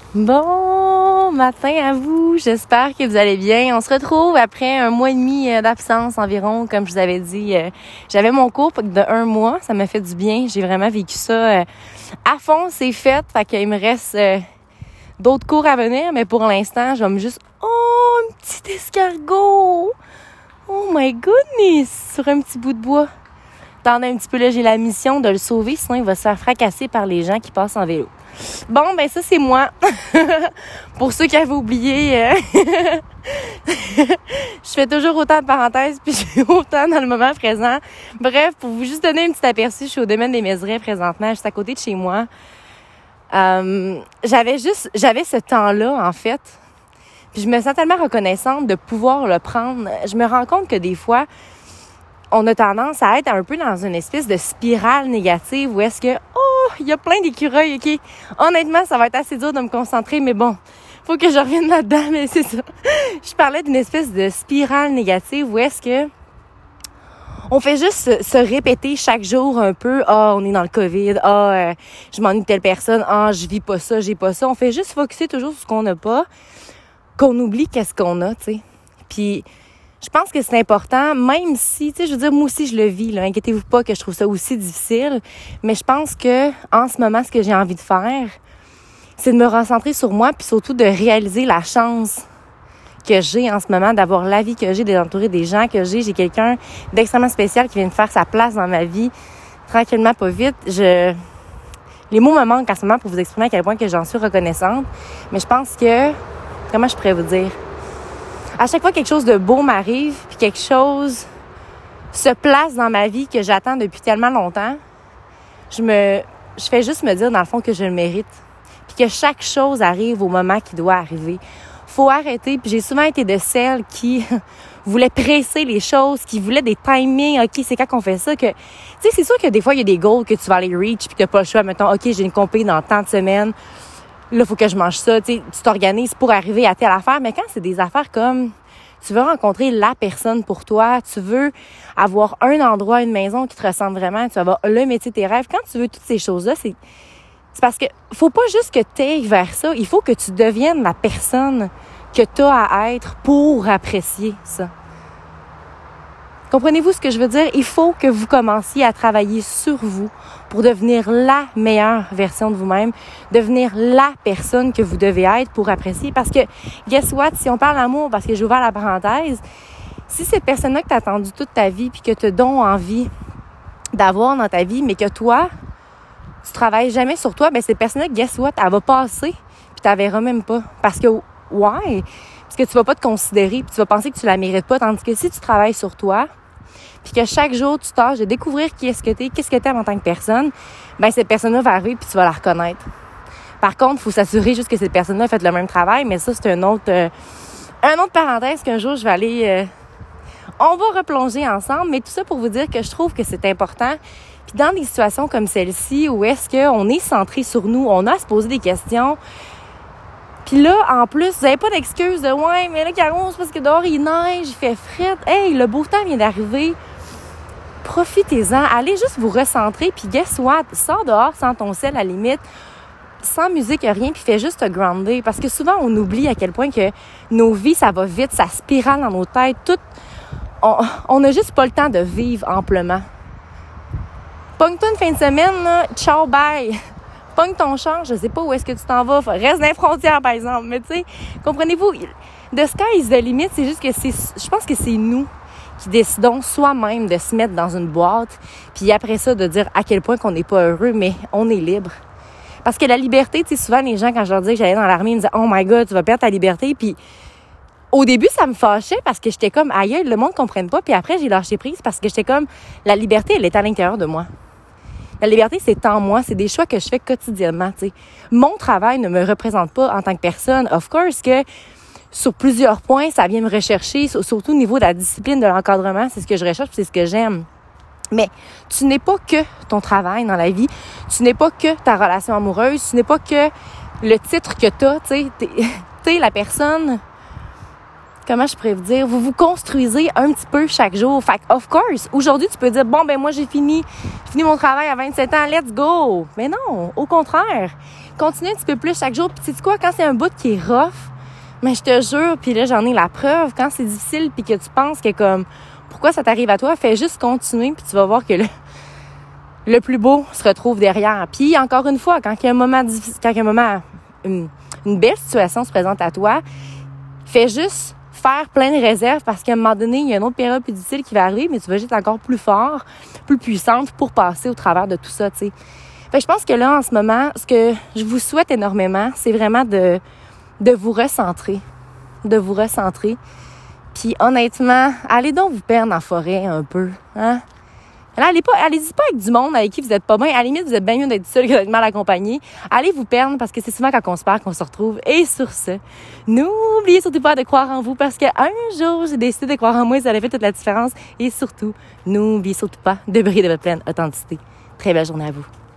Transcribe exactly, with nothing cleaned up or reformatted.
Bon matin à vous, j'espère que vous allez bien. On se retrouve après un mois et demi d'absence environ, comme je vous avais dit. J'avais mon cours de un mois, ça m'a fait du bien. J'ai vraiment vécu ça à fond, c'est fait. Fait qu'il me reste d'autres cours à venir, mais pour l'instant, je vais me juste... Oh, un petit escargot! Oh my goodness! Sur un petit bout de bois. Attendez un petit peu, là, j'ai la mission de le sauver, sinon il va se faire fracasser par les gens qui passent en vélo. Bon, ben ça, c'est moi. Pour ceux qui avaient oublié, euh... je fais toujours autant de parenthèses, puis je suis autant dans le moment présent. Bref, pour vous juste donner un petit aperçu, je suis au domaine des Mézerais présentement, juste à côté de chez moi. Euh, j'avais juste, j'avais ce temps-là, en fait. Puis je me sens tellement reconnaissante de pouvoir le prendre. Je me rends compte que des fois, on a tendance à être un peu dans une espèce de spirale négative où est-ce que, oh, il y a plein d'écureuils, OK? Honnêtement, ça va être assez dur de me concentrer, mais bon, faut que je revienne là-dedans, mais c'est ça. Je parlais d'une espèce de spirale négative où est-ce que on fait juste se, se répéter chaque jour un peu, ah, oh, on est dans le COVID, ah, oh, euh, je m'ennuie de telle personne, ah, oh, je vis pas ça, j'ai pas ça. On fait juste focusser toujours sur ce qu'on n'a pas, qu'on oublie qu'est-ce qu'on a, tu sais. Puis, je pense que c'est important, même si, tu sais, je veux dire, moi aussi, je le vis, là. Inquiétez-vous pas que je trouve ça aussi difficile. Mais je pense que, en ce moment, ce que j'ai envie de faire, c'est de me recentrer sur moi, puis surtout de réaliser la chance que j'ai en ce moment, d'avoir la vie que j'ai, d'entourer des gens que j'ai. J'ai quelqu'un d'extrêmement spécial qui vient de faire sa place dans ma vie, tranquillement, pas vite. Je... Les mots me manquent en ce moment pour vous exprimer à quel point que j'en suis reconnaissante. Mais je pense que, comment je pourrais vous dire? À chaque fois que quelque chose de beau m'arrive, puis quelque chose se place dans ma vie que j'attends depuis tellement longtemps, je me, je fais juste me dire dans le fond que je le mérite, puis que chaque chose arrive au moment qui doit arriver. Faut arrêter, puis j'ai souvent été de celles qui voulaient presser les choses, qui voulaient des timings. OK, c'est quand qu'on fait ça que, tu sais, c'est sûr que des fois il y a des goals que tu vas aller reach, puis que t'as pas le choix. Mettons, OK, j'ai une compé dans tant de semaines. Là, faut que je mange ça, tu sais, tu t'organises pour arriver à telle affaire. Mais quand c'est des affaires comme, tu veux rencontrer la personne pour toi, tu veux avoir un endroit, une maison qui te ressemble vraiment, tu vas avoir le métier de tes rêves. Quand tu veux toutes ces choses-là, c'est, c'est parce que faut pas juste que tu ailles vers ça. Il faut que tu deviennes la personne que tu as à être pour apprécier ça. Comprenez-vous ce que je veux dire? Il faut que vous commenciez à travailler sur vous pour devenir la meilleure version de vous-même, devenir la personne que vous devez être pour apprécier. Parce que, guess what? Si on parle d'amour, parce que j'ai ouvert la parenthèse, si cette personne-là que tu as attendue toute ta vie puis que tu as donc envie d'avoir dans ta vie, mais que toi, tu travailles jamais sur toi, bien, cette personne-là, guess what? Elle va passer puis tu la verras même pas. Parce que, ouais, parce que tu vas pas te considérer puis tu vas penser que tu la mérites pas. Tandis que si tu travailles sur toi, puis que chaque jour, tu tâches de découvrir qui est-ce que t'es, qu'est-ce que t'aimes en tant que personne, ben cette personne-là va arriver puis tu vas la reconnaître. Par contre, il faut s'assurer juste que cette personne-là a fait le même travail, mais ça, c'est un autre, euh, un autre parenthèse qu'un jour, je vais aller... Euh, on va replonger ensemble, mais tout ça pour vous dire que je trouve que c'est important. Puis dans des situations comme celle-ci, où est-ce qu'on est centré sur nous, on a à se poser des questions... Puis là, en plus, vous n'avez pas d'excuse de « Ouais, mais là, Caro, c'est parce que dehors, il neige, il fait fret. Hey, le beau temps vient d'arriver. » Profitez-en. Allez juste vous recentrer. Puis guess what? Sors dehors sans ton sel, à la limite, sans musique, rien, puis fais juste te grounder. Parce que souvent, on oublie à quel point que nos vies, ça va vite, ça spirale dans nos têtes. Tout, on n'a juste pas le temps de vivre amplement. Pogne-toi une fin de semaine, là, ciao, bye! Pogne ton char, je sais pas où est-ce que tu t'en vas. Reste dans les frontières, par exemple. Mais tu sais, comprenez-vous, the sky is the limit, c'est juste que c'est, je pense que c'est nous qui décidons soi-même de se mettre dans une boîte, puis après ça, de dire à quel point qu'on n'est pas heureux, mais on est libre. Parce que la liberté, tu sais, souvent, les gens, quand je leur disais que j'allais dans l'armée, ils me disaient « Oh my God, tu vas perdre ta liberté. » Puis au début, ça me fâchait parce que j'étais comme « Aïe, le monde ne comprenne pas. » Puis après, j'ai lâché prise parce que j'étais comme « La liberté, elle est à l'intérieur de moi. » La liberté, c'est en moi, c'est des choix que je fais quotidiennement, tu sais. Mon travail ne me représente pas en tant que personne. Of course que sur plusieurs points, ça vient me rechercher, surtout au niveau de la discipline, de l'encadrement, c'est ce que je recherche, c'est ce que j'aime. Mais tu n'es pas que ton travail dans la vie, tu n'es pas que ta relation amoureuse, tu n'es pas que le titre que tu as, tu sais, tu sais, la personne comment je pourrais vous dire, vous vous construisez un petit peu chaque jour. Fait que, of course, aujourd'hui, tu peux dire, bon, ben moi, j'ai fini, j'ai fini mon travail à vingt-sept ans, let's go! Mais non, au contraire, continue un petit peu plus chaque jour. Puis tu sais quoi, quand c'est un bout qui est rough, mais je te jure, puis là, j'en ai la preuve, quand c'est difficile puis que tu penses que comme, pourquoi ça t'arrive à toi, fais juste continuer puis tu vas voir que le, le plus beau se retrouve derrière. Puis encore une fois, quand il y a un moment difficile, quand il y a un moment, une, une belle situation se présente à toi, fais juste faire plein de réserves parce qu'à un moment donné, il y a une autre période plus difficile qui va arriver, mais tu vas juste être encore plus fort, plus puissante pour passer au travers de tout ça, tu sais. Fait que je pense que là, en ce moment, ce que je vous souhaite énormément, c'est vraiment de, de vous recentrer, de vous recentrer. Puis honnêtement, allez donc vous perdre en forêt un peu, hein. Là, allez pas, allez-y pas avec du monde avec qui vous êtes pas bien. À la limite, vous êtes bien mieux d'être seul que d'être mal accompagné. Allez vous perdre parce que c'est souvent quand on se perd qu'on se retrouve. Et sur ce, n'oubliez surtout pas de croire en vous parce qu'un jour, j'ai décidé de croire en moi et ça a fait toute la différence. Et surtout, n'oubliez surtout pas de briller de votre pleine authenticité. Très belle journée à vous.